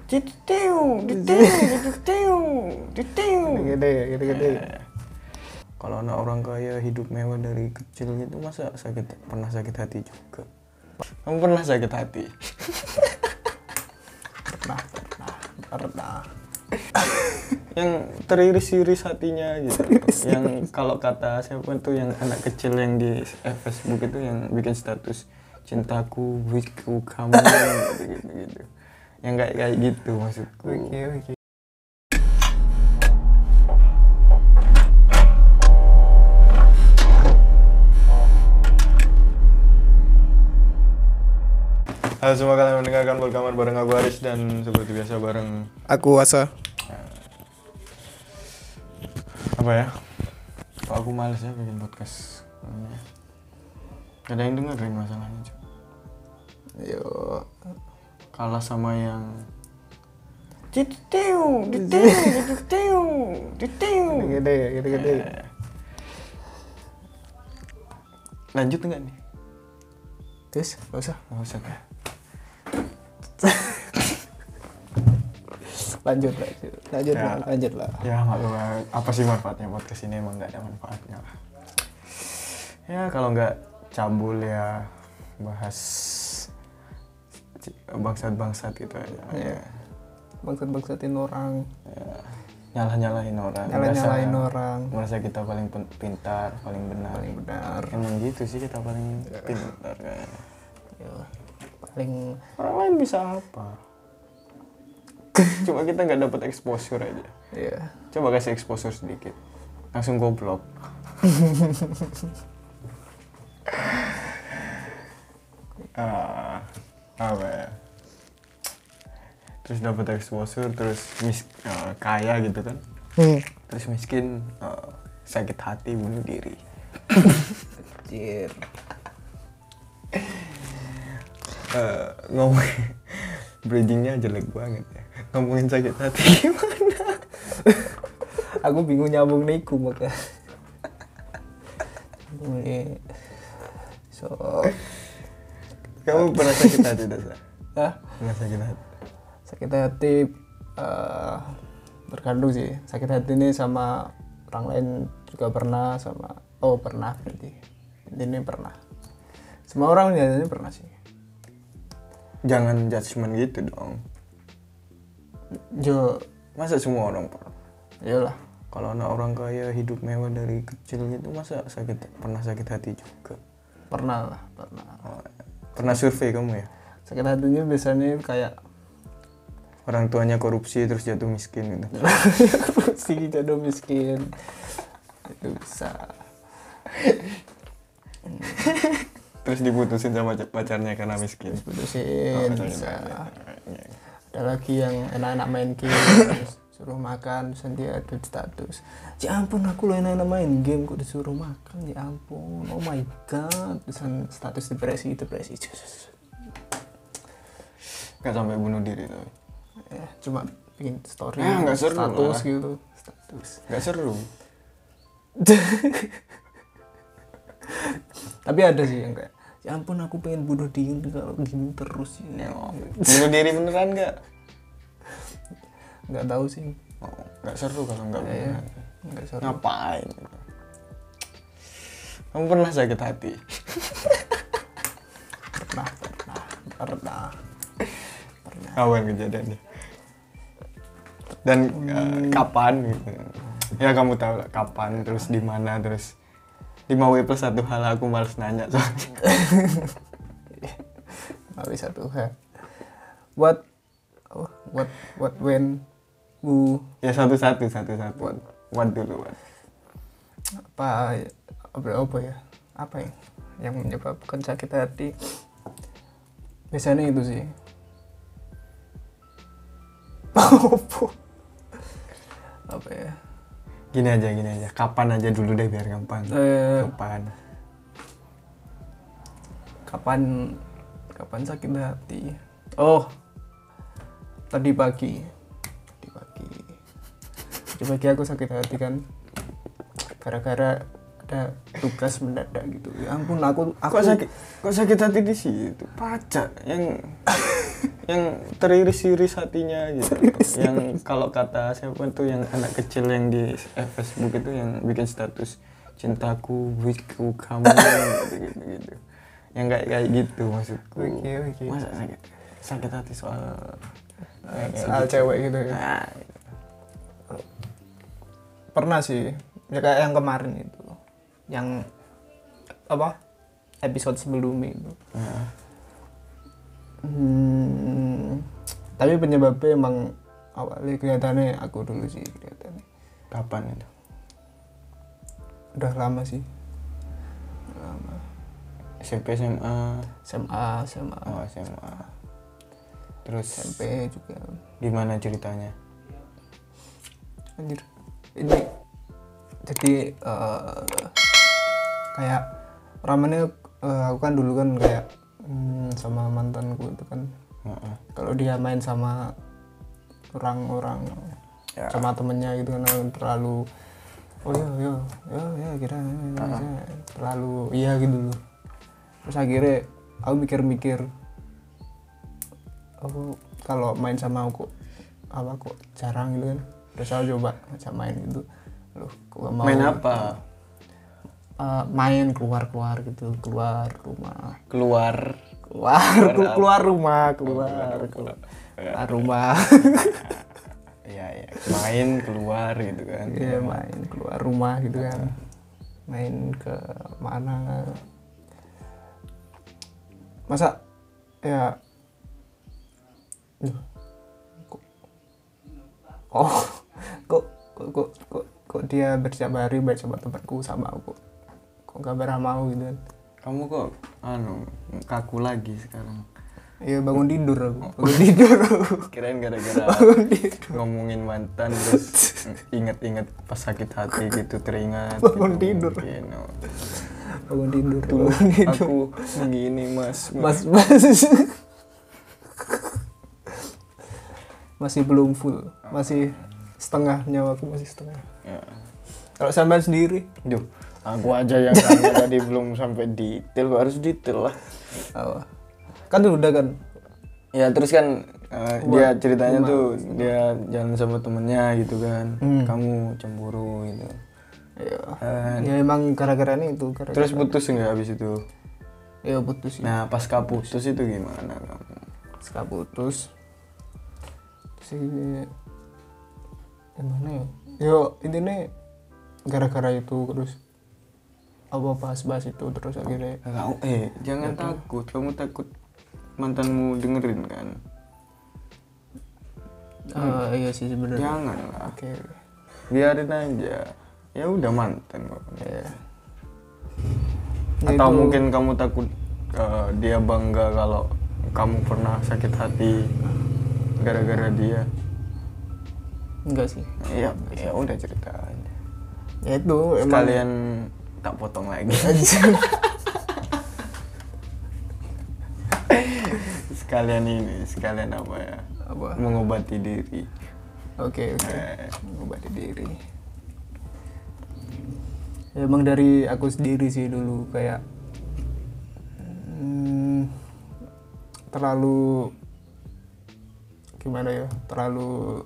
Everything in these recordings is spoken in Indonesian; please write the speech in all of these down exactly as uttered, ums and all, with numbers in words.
Diteu, diteu, diteu, diteu. Gede, gede, gede. Kalau anak orang kaya hidup mewah dari kecil gitu, masa sakit pernah sakit hati juga? Kamu pernah sakit hati? Pernah, pernah, pernah. Yang teriris-iris hatinya gitu. Yang kalau kata siapa tuh yang anak kecil yang di Facebook itu yang bikin status cintaku, wiku, kamu gitu gitu. Yang kayak kayak gitu maksudku. Oke, oke. Halo semua, kalian mendengarkan Berkamar bareng aku Aris dan seperti biasa bareng Aku Asa. Apa ya? Kok aku males ya bikin podcast. Gak ada yang dengerin masalahnya cuy. Yo. Kalah sama yang diteu, diteu, diteu, diteu. Gede, gede, gede. Lanjut enggak nih? Terus, gak usah. Enggak usah kan? Lanjut, lanjut. Lanjut Ya. lah, lanjut lah. Ya maklum, apa sih manfaatnya podcast ini, emang nggak ada manfaatnya lah. Ya kalau nggak cabul ya bahas bangsat-bangsat gitu aja. Ya. Bangsat-bangsatin orang. Ya, nyalah-nyalahin orang. Nyalah-nyalahin Merasa- orang. Merasa kita paling pen- pintar, paling benar. Paling benar. Emang gitu sih, kita paling pintar kayaknya. Yo. Paling Orang lain bisa apa? Cuma kita nggak dapat exposure aja. ya. Coba kasih exposure sedikit, langsung goblok. ah, apa ya? Terus dapat exposure, terus mis uh, kaya gitu kan? Hmm. Terus miskin, uh, sakit hati, bunuh diri. Anjir. Uh, ngomongin bridgingnya jelek banget ya. Ngomongin sakit hati gimana? Aku bingung nyambung niku maka. Ini. So, Kamu pernah sakit hati Dasa? ah, Pernah sakit hati? sakit hati eh, tergantung sih. Sakit hati ini sama orang lain juga pernah, sama oh pernah berarti. Ini pernah. Semua orang ya ini pernah sih. Jangan judgement gitu dong. Jo, Masa semua orang pernah? iyalah. Kalau anak orang kaya hidup mewah dari kecil gitu, masa sakit pernah sakit hati juga? Pernah lah, pernah. Oh, pernah survei kamu ya? Sakit hatinya biasanya kayak Orang tuanya korupsi terus jatuh miskin gitu. si jatuh miskin. Itu bisa. Terus diputusin sama pacarnya karena miskin. Putusin Oh, bisa. iya. Ada lagi yang enak-enak main game terus suruh makan, terus dia ada status, ya ampun aku lo enak-enak main game kok disuruh makan, ya ampun, oh my god, terus status depresi depresi Gak sampai bunuh diri tapi. ya, cuma bikin story Ah, nggak seru status lah. gitu status. Gak seru. Tapi ada sih yang kayak, ya ampun aku pengen bunuh diri kalau gini terus ya. Bunuh diri beneran gak? Nggak tahu sih. Oh, gak seru kalau gak Ya, beneran. nggak seru. Ngapain? Kamu pernah sakit hati? Pernah, pernah, pernah. Kapan kejadiannya? Dan uh, kapan gitu? Ya kamu tahu lah kapan, terus di mana, terus lima W plus satu hal, aku males nanya soalnya. Nggak bisa tuh ya. What, oh, what, what, when, who, Ya satu-satu, satu-satu. What, what dulu, what? apa, apa, apa ya, apa ya, yang menyebabkan sakit hati. Biasanya itu sih. Apa? Apa ya? Gini aja, gini aja. Kapan aja dulu deh biar gampang. Eh, Kapan? kapan, kapan sakit hati? Oh, tadi pagi. Tadi pagi. Tadi pagi aku sakit hati kan. Gara-gara ada tugas mendadak gitu. Ya ampun, aku aku Kok sakit? Kok sakit hati di situ? Pacar yang yang teriris-iris hatinya gitu. Yang kalau kata siapa tuh yang anak kecil yang di Facebook itu yang bikin status cintaku, wiku, kamu gitu gitu. Yang kayak kayak gitu maksudku. Oke, oke. Masa sakit sakit hati soal uh, soal gitu. Cewek gitu ya. Nah, pernah sih. Ya kayak yang kemarin itu. Yang apa? Episode sebelumnya itu. Nah. Hmm, tapi penyebabnya emang awalnya kelihatannya aku dulu sih kelihatannya. Kapan itu? Udah lama sih. Lama. S M P, S M A. S M A, S M A. Oh, S M A. Terus S M P juga. Gimana ceritanya? Anjir. Ini jadi uh, kayak ramenya uh, aku kan dulu kan kayak Hmm, sama mantanku itu kan uh-uh. kalau dia main sama orang-orang ya. Sama temennya gitu kan terlalu oh ya ya ya ya kira uh-uh. terlalu iya gitu loh. Terus akhirnya aku mikir-mikir aku kalau main sama aku apa kok jarang gitu kan. Terus aku coba ngajak main gitu loh kok mau main apa? Uh, main keluar-keluar gitu, keluar rumah. Keluar keluar keluar, keluar rumah, keluar keluar, keluar rumah. Iya, iya. Main keluar gitu kan. Iya, main keluar rumah gitu kan. Main ke mana? Masa ya kok oh kok kok kok kok, kok dia berjabari baik sama temanku sama aku. Kok gak pernah mau gitu kan. Kamu kok anu kaku lagi sekarang? Iya bangun tidur aku. Bangun tidur aku. Kirain gara-gara ngomongin mantan terus inget-inget pas sakit hati gitu teringat. Bangun gitu, tidur. Mungkin, oh. Bangun tidur. Tuh, bangun tidur. aku begini mas. Mas mas. Masih belum full. Masih setengah nyawaku masih setengah. Ya. Kalau sampean sendiri? Duh. Aku aja yang tanya tadi belum sampai detail, kok harus detail lah. Oh. Kan udah kan? Ya terus kan uh, dia ceritanya Cuma. tuh dia jalan sama temennya gitu kan, hmm. kamu cemburu gitu. Ya, uh, ya emang gara-gara ini itu. Gara-gara. Terus putus nggak habis itu? Ya putus. Ya. Nah pasca putus itu gimana kamu? Pasca putus, sih gimana ya? Yo intinya gara-gara itu terus apa bahas-bahas itu terus akhirnya Kau, eh jangan ya, takut kamu takut mantanmu dengerin kan uh, hmm. iya sih sebenarnya jangan lah okay. Biarin aja ya udah mantan kok yeah. Atau itu... mungkin kamu takut uh, dia bangga kalau kamu pernah sakit hati gara-gara dia? Enggak sih ya ya udah cerita aja ya itu sekalian emang... tak potong lagi sekalian ini sekalian apa ya apa? Mengobati diri. Oke okay, oke okay. eh. Mengobati diri ya, emang dari aku sendiri sih dulu kayak hmm, terlalu gimana ya terlalu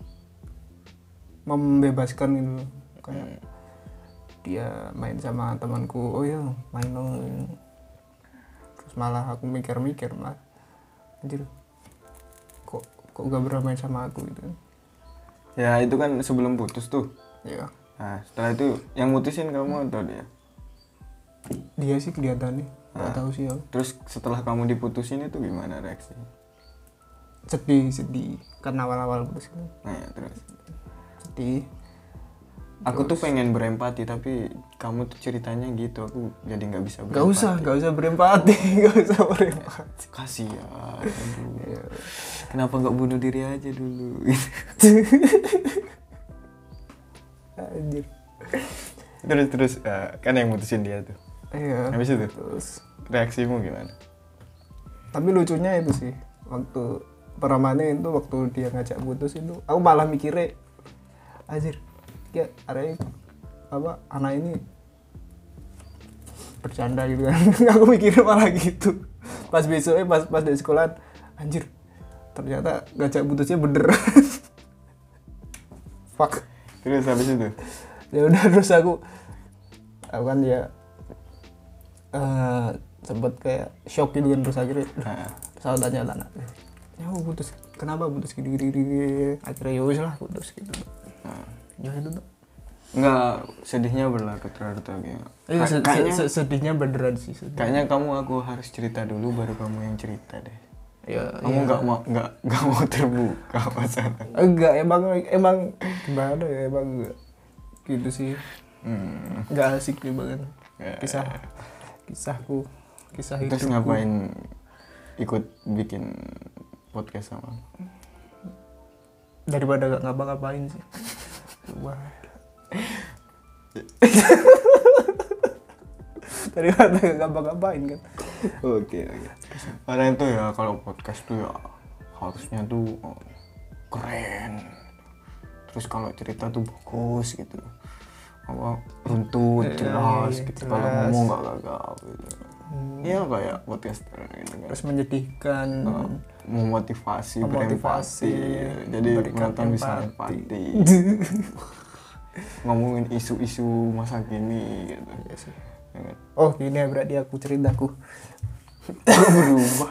membebaskan gitu kayak hmm. dia main sama temanku oh ya main dong terus malah aku mikir-mikir malah anjir kok kok gak berani main sama aku gitu ya itu kan sebelum putus tuh iya nah setelah itu yang mutusin kamu atau dia? Dia sih kelihatannya nggak nah, tahu sih aku. Terus setelah kamu diputusin itu gimana reaksi? Sedih sedih karena awal-awal putus kan nah ya terus sedih. Aku tuh pengen berempati tapi kamu tuh ceritanya gitu, aku jadi nggak bisa berempati. Gak usah, gak usah berempati, gak usah berempati. Kasian. Ya. Kenapa nggak bunuh diri aja dulu? Anjir. Terus terus uh, kan yang mutusin dia tuh. Iya. Habis itu terus reaksimu gimana? Tapi lucunya itu sih waktu peramannya itu waktu dia ngajak putus itu, aku malah mikirnya, anjir. Ya, ada apa anak ini bercanda gitu kan. Aku mikirnya malah gitu. Pas besoknya pas pas di sekolah, anjir, ternyata ngajak putusnya bener. Fuck. Terus habis itu Ya udah, terus aku aku kan ya uh, sempet kayak shock gitu kan, terus akhirnya nah, saya tanya-tanya, ya aku putus kenapa putus gini gini gini, akhirnya ya wis lah putus gitu. nah. Ya itu tuh. Enggak, sedihnya berlarut-larut lagi. Iya, se- kayaknya se- sedihnya beneran sih. Sedih. kayaknya kamu aku harus cerita dulu baru kamu yang cerita deh. Ya, Kamu ya. nggak mau nggak nggak mau terbuka masalah. Enggak, emang emang gimana ya, emang enggak gitu sih. Hmm. Enggak asik nih banget. Ya. Kisah kisahku, kisah hidupku. Terus ngapain ikut bikin podcast sama? Daripada gak ngapa-ngapain sih. Wah. Daripada gak ngapa-ngapain kan. Oke oke. Karena itu ya kalau podcast tuh ya harusnya tuh oh, keren. Terus kalau cerita tuh bagus gitu. Apa runtut, Eh, jelas iya, gitu. jelas. Kalau ngomong nggak gagap gitu. Hmm. Iya kayak podcaster gitu kan. Terus menyedihkan, Uh, memotivasi, memotivasi, berempati. Jadi memberikan penonton bisa empati. empati. Ngomongin isu-isu masa kini gitu. Iya sih. Ya kan? Oh gini ya berarti aku ceritaku. Berubah.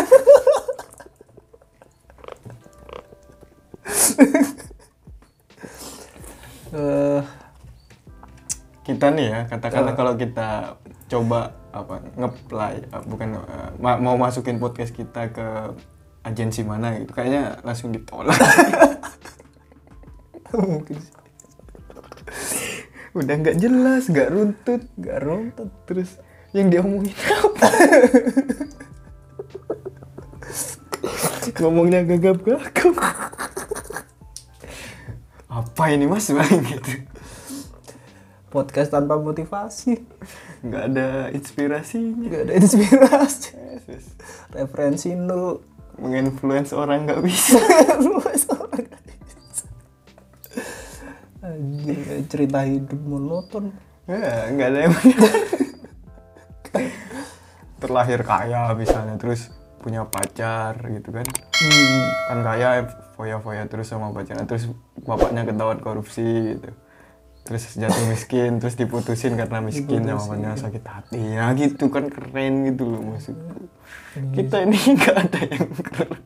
Eh, Kita nih ya, katakanlah Uh. kalau kita coba apa nge-play, uh, bukan uh, ma- mau masukin podcast kita ke agensi mana gitu, kayaknya langsung ditolak. mungkin sih. Udah nggak jelas, nggak runtut, Gak runtut. terus yang dia omongin apa? Ngomongnya gagap-gagap. Apa ini mas bang gitu? Podcast tanpa motivasi, Nggak ada inspirasinya. gak ada inspirasi, Yes, yes. referensi nol. Menginfluence orang nggak bisa. Anjir, cerita hidup monoton. Ya, nggak ada yang terlahir kaya misalnya, terus punya pacar gitu kan. Hmm. Kan kaya foya-foya terus sama pacarnya, terus bapaknya ketahuan korupsi gitu. Terus jatuh miskin, terus diputusin karena miskin sama Diputusin. bapaknya sakit hati. Ya gitu kan, keren gitu loh maksudku. Kita ini nggak ada yang keren.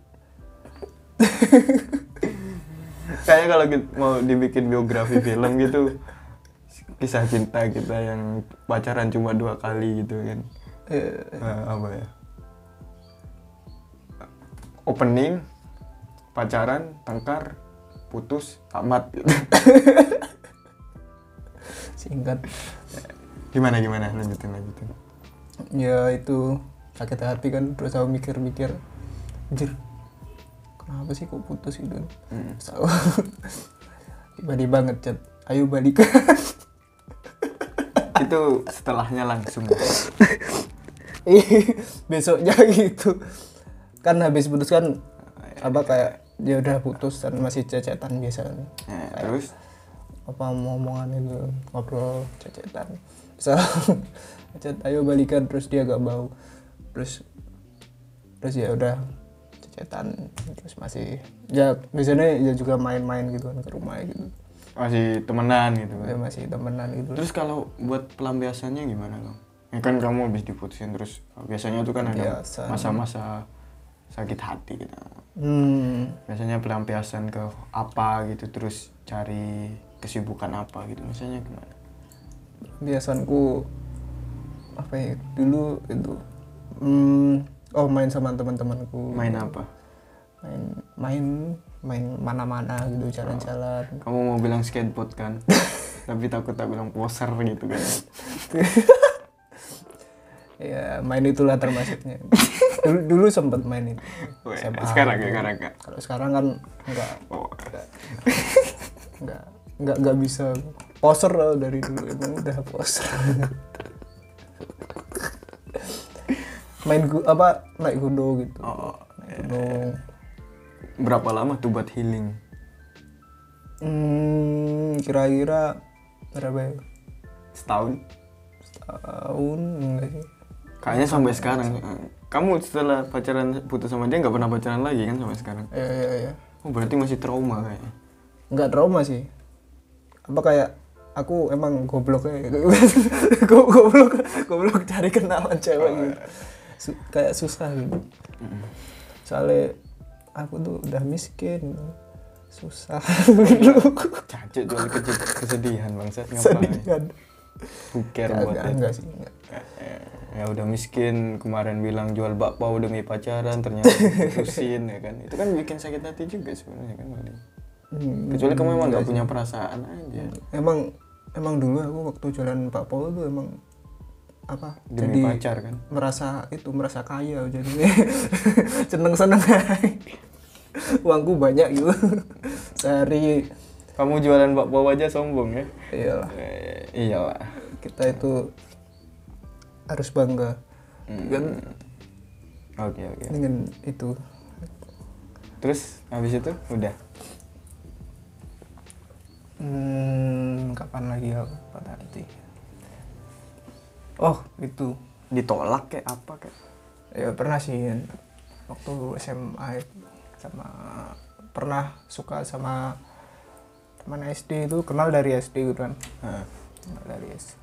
Kayaknya kalau kita mau dibikin biografi film gitu, kisah cinta kita yang pacaran cuma dua kali gitu kan. Eh, Eh, apa ya? Opening, pacaran, tengkar, putus, tamat gitu. singkat. Gimana gimana lanjutin lanjutin. Ya itu sakit hati kan, terus aku mikir-mikir, anjir kenapa sih kok putus gitu. Hmm. Terus aku tiba-tiba ngechat, ayo balikan. Itu setelahnya langsung. Besoknya gitu kan, habis putus kan apa kayak dia udah putus dan masih cecetan biasa kan. Nah, terus Apa omongan itu, ngobrol cecetan, bisa chat ayo balikan, terus dia gak mau, terus terus ya udah cecetan, terus masih ya biasanya ya juga main-main gitu kan ke rumah gitu, masih temenan gitu ya kan. masih temenan gitu. Terus kalau buat pelampiasannya gimana Kang? Ya kan kamu habis diputusin, terus biasanya tuh kan ada Pelampiasan. masa-masa sakit hati gitu. hmm, Biasanya pelampiasan ke apa gitu, terus cari kesibukan apa gitu, misalnya gimana? biasanku apa ya dulu itu, hmm, oh main sama teman-temanku. Main apa? main main main mana-mana gitu, jalan-jalan. Kamu mau bilang skateboard kan? Tapi takut tak bilang poser gitu kan. Ya main itulah termasuknya. Dulu dulu sempet main itu. Weh, S M A sekarang gitu. ya, sekarang enggak. Kalau sekarang kan enggak Oh. enggak enggak enggak bisa poser lah dari dulu, emang udah poser. Main gu, apa naik gunung gitu. Oh, Naik gunung. berapa lama tuh buat healing? Hmm, kira-kira berapa ya? Setahun? Setahun enggak sih? Kayaknya sampai sekarang. kamu setelah pacaran putus sama dia nggak pernah pacaran lagi kan sampai sekarang? Iya iya iya. Oh berarti masih trauma kayaknya. Nggak trauma sih. Apa kayak aku emang gobloknya Go- goblok goblok cari kenalan cewek gitu. Su- kayak susah gitu. Soalnya aku tuh udah miskin, susah. Cacut jual kecil kesedihan bangsat ngapain? Sedih. Buker Enggak, buat enggak, itu. enggak sih. Enggak. Ya udah miskin kemarin bilang jual bakpao demi pacaran ternyata putusin ya kan. Itu kan bikin sakit hati juga sebenarnya kan. Wali. Hmm, Kecuali kamu emang nggak enggak punya sih. perasaan aja. Emang emang dulu aku waktu jualan bakpao tuh emang apa? Demi jadi pacar kan. merasa itu merasa kaya jadi seneng-seneng uangku banyak gitu sehari. Kamu jualan bakpao aja sombong ya? Iyalah, Eh, iyalah. kita itu harus bangga Hmm. kan Oke oke. dengan itu. Terus habis itu udah. Hmm, kapan lagi aku patah hati? Oh, itu. Ditolak kayak apa kayak? Ya pernah sih waktu S M A itu sama pernah suka sama teman S D itu, kenal dari S D gitu kan. Heeh. Kenal dari S D.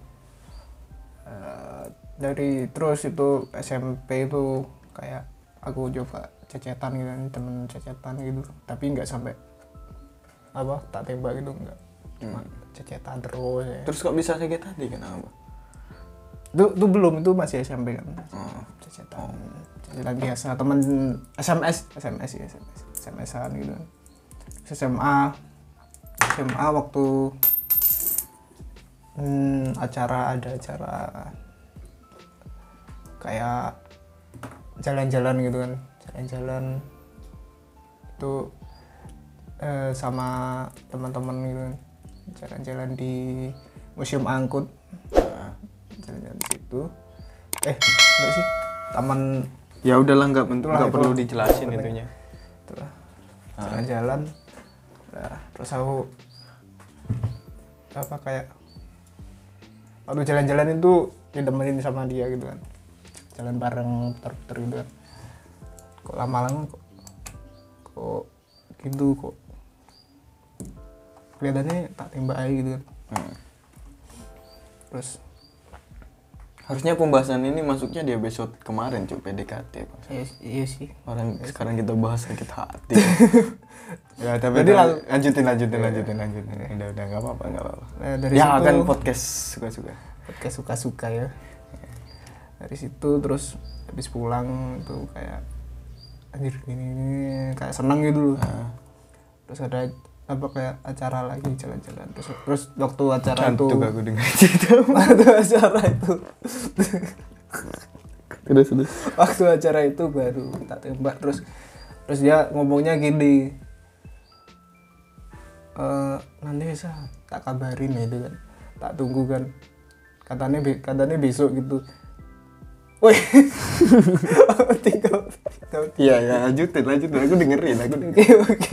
Eh, dari terus itu S M P itu kayak aku coba cecetan gitu kan, temen cecetan gitu. Tapi nggak sampai apa tak tembak gitu, enggak. Cuma cecetan terus ya. Terus kok bisa sakit hati kenapa? Itu, itu belum, itu masih S M P kan. Oh. Cecetan, cecetan biasa, temen S M S, S M S ya, S M S, S M S-an gitu. S M A, S M A waktu hmm, acara, ada acara kayak jalan-jalan gitu kan, jalan-jalan itu eh, sama teman-teman gitu kan, jalan-jalan di Museum Angkut. Jalan-jalan di situ. Eh, enggak sih. Taman Ya udahlah nggak penting, Itulah, nggak itu. perlu dijelasin Penting. intinya. itulah. Jalan-jalan. Nah, terus aku apa kayak waktu jalan-jalan itu ditemenin sama dia gitu kan. Jalan bareng putar-putar gitu kan. Kok lama-lama kok kok gitu kok kelihatannya tak tembak aja gitu kan. Hmm. Terus Harusnya pembahasan ini masuknya di episode kemarin cuy P D K T. Bang. iya, iya sih. Orang sekarang kita bahas sakit hati. Ya tapi Jadi tapi- lang- lanjutin lanjutin lanjutin lanjutin. Udah udah nggak apa-apa nggak apa-apa. Nah, dari Ya situ kan podcast suka-suka. podcast suka-suka ya. Dari situ terus habis pulang itu kayak anjir gini, gini kayak seneng gitu loh. Nah, Terus ada apa kayak acara lagi jalan-jalan terus terus waktu acara itu Cantuk aku dengar cerita. waktu acara itu Terus terus. waktu acara itu baru tak tembak terus terus dia ngomongnya gini, e, nanti bisa tak kabarin ya itu kan, tak tunggu kan, katanya be- katanya besok gitu. Woi, tinggal tinggal Iya ya lanjutin lanjutin aku dengerin aku dengerin. oke oke.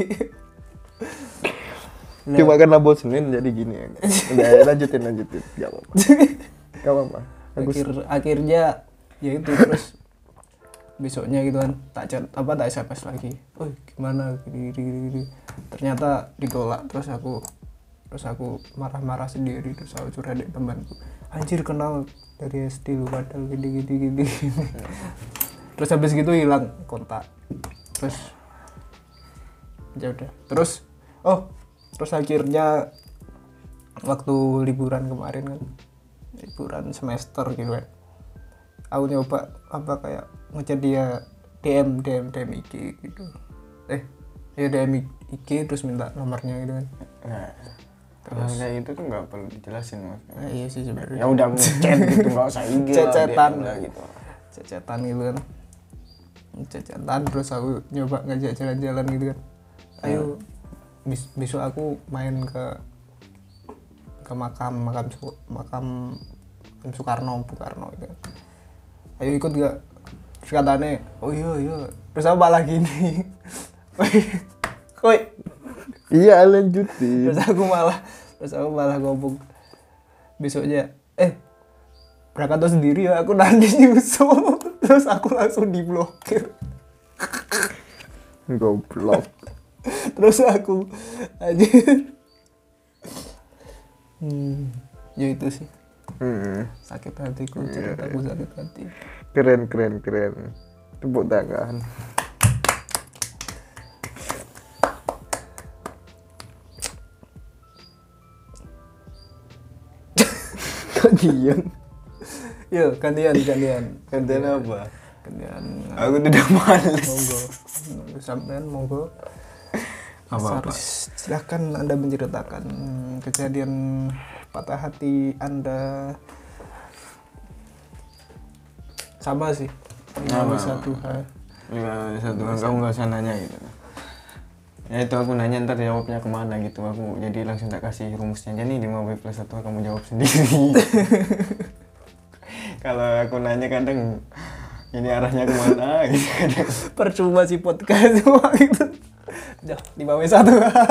Nah, Cuma kan labo Senin jadi gini ya. Udah lanjutin lanjutin. Gak apa-apa. Gak apa-apa. Aku akhir akhirnya ya itu terus besoknya gitu kan tak chat apa tak S M S lagi, oh gimana gini, gini, gini, gini. Ternyata ditolak. Terus aku terus aku marah-marah sendiri, terus aku curhat di temanku, anjir kenal dari S D lu padahal gini gini gini, gini. Terus habis gitu hilang kontak. Terus ya udah terus oh terus akhirnya waktu liburan kemarin kan, liburan semester gitu kan, aku nyoba apa kayak ngechat dia D M D M D M I G gitu, eh ya D M I G terus minta nomornya gitu kan. Nah, terus kayak gitu tuh nggak perlu dijelasin mas. Nah, iya sih sebenarnya. Ya udah chat gitu nggak usah I G lah, Cecetan D M lah gitu. cecetan gitu kan, cecetan terus aku nyoba ngajak jalan-jalan gitu kan, ayo bis- besok aku main ke ke makam makam Su- makam makam Soekarno Bukarno gitu kan. Ayo ikut gak? Terus katanya oh iya iya, terus apa lagi nih? Koi, Iya lanjutin. terus aku malah terus aku malah ngomong besoknya, eh berangkat tuh sendiri ya, aku nanti nyusul. Terus aku langsung diblokir. Goblok. Terus aku aja hmm, ya itu sih Hmm. sakit hatiku, ceritaku sakit hati. Keren keren keren. Tepuk tangan. Kok diam? Yuk gantian gantian Gantian apa? gantian. Aku tidak males. Monggo sampean monggo. Apa apa? Harus silahkan Anda menceritakan hmm, kejadian patah hati Anda. Sama sih. Sama. Lima satu hal. Lima satu kan kamu nggak usah nanya gitu. Ya itu aku nanya ntar jawabnya kemana gitu. Aku jadi langsung tak kasih rumusnya aja nih lima B plus satu kamu jawab sendiri. Kalau aku nanya kadang ini arahnya kemana gitu kadang. Percuma sih podcast semua gitu. Udah lima W satu.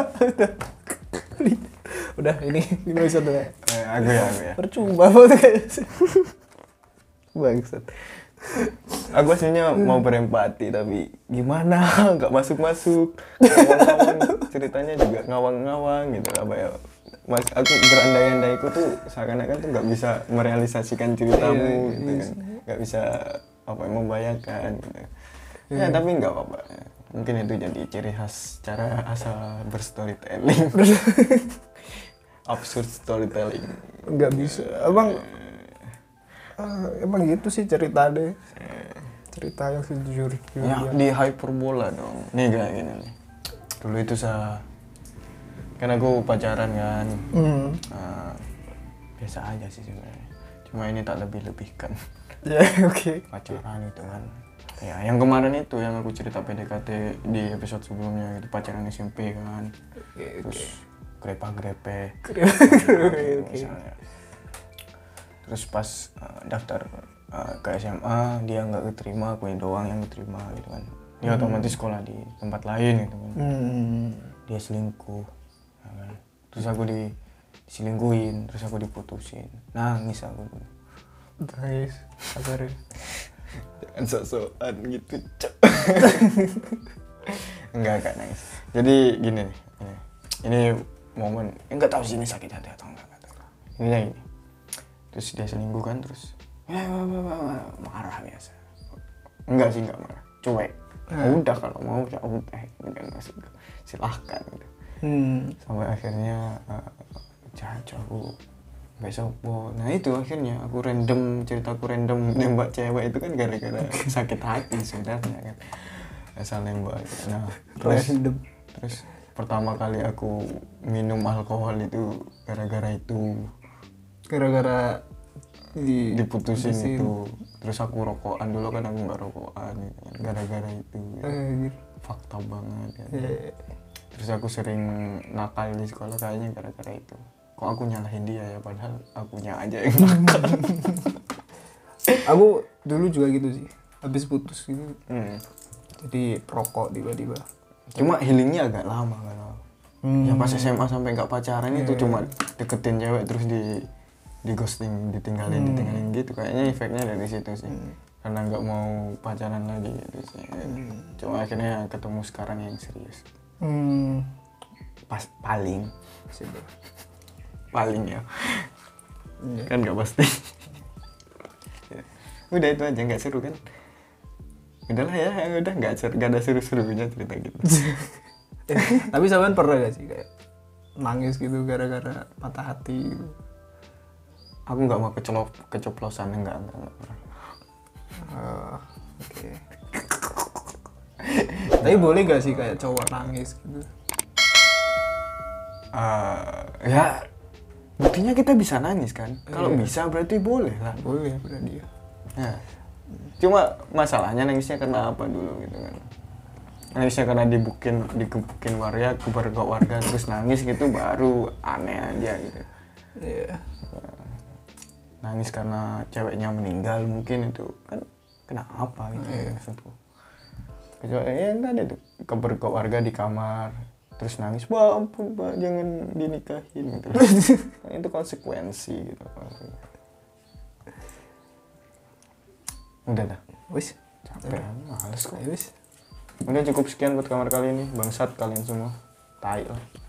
Udah ini lima W satu. Eh, aku ya aku ya. Percuma podcast. Bangsat. Aku aslinya mau berempati tapi gimana nggak masuk masuk ngawang-ngawang ceritanya juga ngawang-ngawang gitu apa ya mas aku berandai-andaiku tuh seakan-akan tuh nggak bisa merealisasikan ceritamu Iya, gitu iya. kan nggak bisa apa membayangkan gitu ya tapi nggak apa-apa mungkin itu jadi ciri khas cara asal berstorytelling absurd storytelling Nggak bisa. Abang ah, emang gitu sih cerita deh. Cerita yang sejujurnya. ya di hyperbola dong nih kayak gini nih dulu itu saya kan aku pacaran kan Hmm. uh, biasa aja sih sebenarnya cuma ini tak lebih-lebihkan Ya oke. pacaran itu kan ya yang kemarin itu yang aku cerita P D K T di episode sebelumnya itu pacaran S M P kan Oke, terus grepa-grepe Oke. misalnya terus pas uh, daftar uh, ke S M A dia nggak keterima aku yang doang yang keterima gitu kan dia otomatis sekolah di tempat lain gitu kan Hmm. dia selingkuh ya kan? Terus aku di diselingkuhin terus aku diputusin nangis aku dulu Guys, sabar ya. jangan sok-sokan gitu cok enggak enggak nangis jadi gini nih ini, ini momen enggak tahu sih ini sakit hati atau enggak enggak tahu ini yang ini terus dia selingkuh kan terus ya, marah biasa enggak sih enggak marah cuek ya udah kalau mau ya udah enggak maksud silahkan gitu Hmm. sampai akhirnya uh, caco aku besok oh, nah itu akhirnya aku random ceritaku random nembak cewek itu kan gara-gara sakit hati sebenarnya kan asal nembak gitu. Nah terus Random. terus pertama kali aku minum alkohol itu gara-gara itu Gara-gara di diputusin putusin. itu terus aku rokokan dulu kan aku nggak rokokan gitu kan. Gara-gara itu gitu. Eh, gitu. Fakta banget kan. Ya. Terus aku sering nakal di sekolah kayaknya gara-gara itu. Kok aku nyalahin dia ya padahal akunya aja yang nakal. Aku dulu juga gitu sih. Habis putus gitu. Hmm. Jadi perokok tiba-tiba. Cuma healingnya agak lama kalau. Hmm. Ya pas S M A sampai nggak pacaran itu Yeah. cuma deketin cewek terus di di ghosting, ditinggalin, Hmm. ditinggalin gitu. Kayaknya efeknya dari situ sih. Hmm. Karena nggak mau pacaran lagi gitu sih. Hmm. Cuma akhirnya ketemu sekarang yang serius. Hmm. Pas paling Sip. paling ya. Iya. Kan nggak pasti. Ya. Udah itu aja nggak seru kan? Udahlah ya, udah nggak seru, nggak ada seru-serunya cerita gitu. Eh, tapi sampean pernah gak sih kayak nangis gitu gara-gara patah hati gitu? Aku nggak mau kecelop keceplosan enggak enggak, enggak pernah. Ah, oke. Tapi boleh gak sih kayak cowok nangis gitu? Uh, ya buktinya kita bisa nangis kan? Kalau Iya. bisa berarti boleh lah. Boleh berarti ya. Nah, cuma masalahnya nangisnya karena apa dulu gitu kan? Nangisnya karena dibukin digebukin warga, keluarga warga terus nangis gitu baru aneh aja gitu. Iya. Nangis karena ceweknya meninggal mungkin itu kan kenapa gitu Iya. maksudku. Kecuali ya tadi tuh keluarga warga di kamar terus nangis, wah ampun pak jangan dinikahin gitu. Kan itu konsekuensi gitu. Udah dah. Wis, Capek, males kok. ayo wis. Mungkin cukup sekian buat kamar kali ini. Bangsat kalian semua. Tai lah.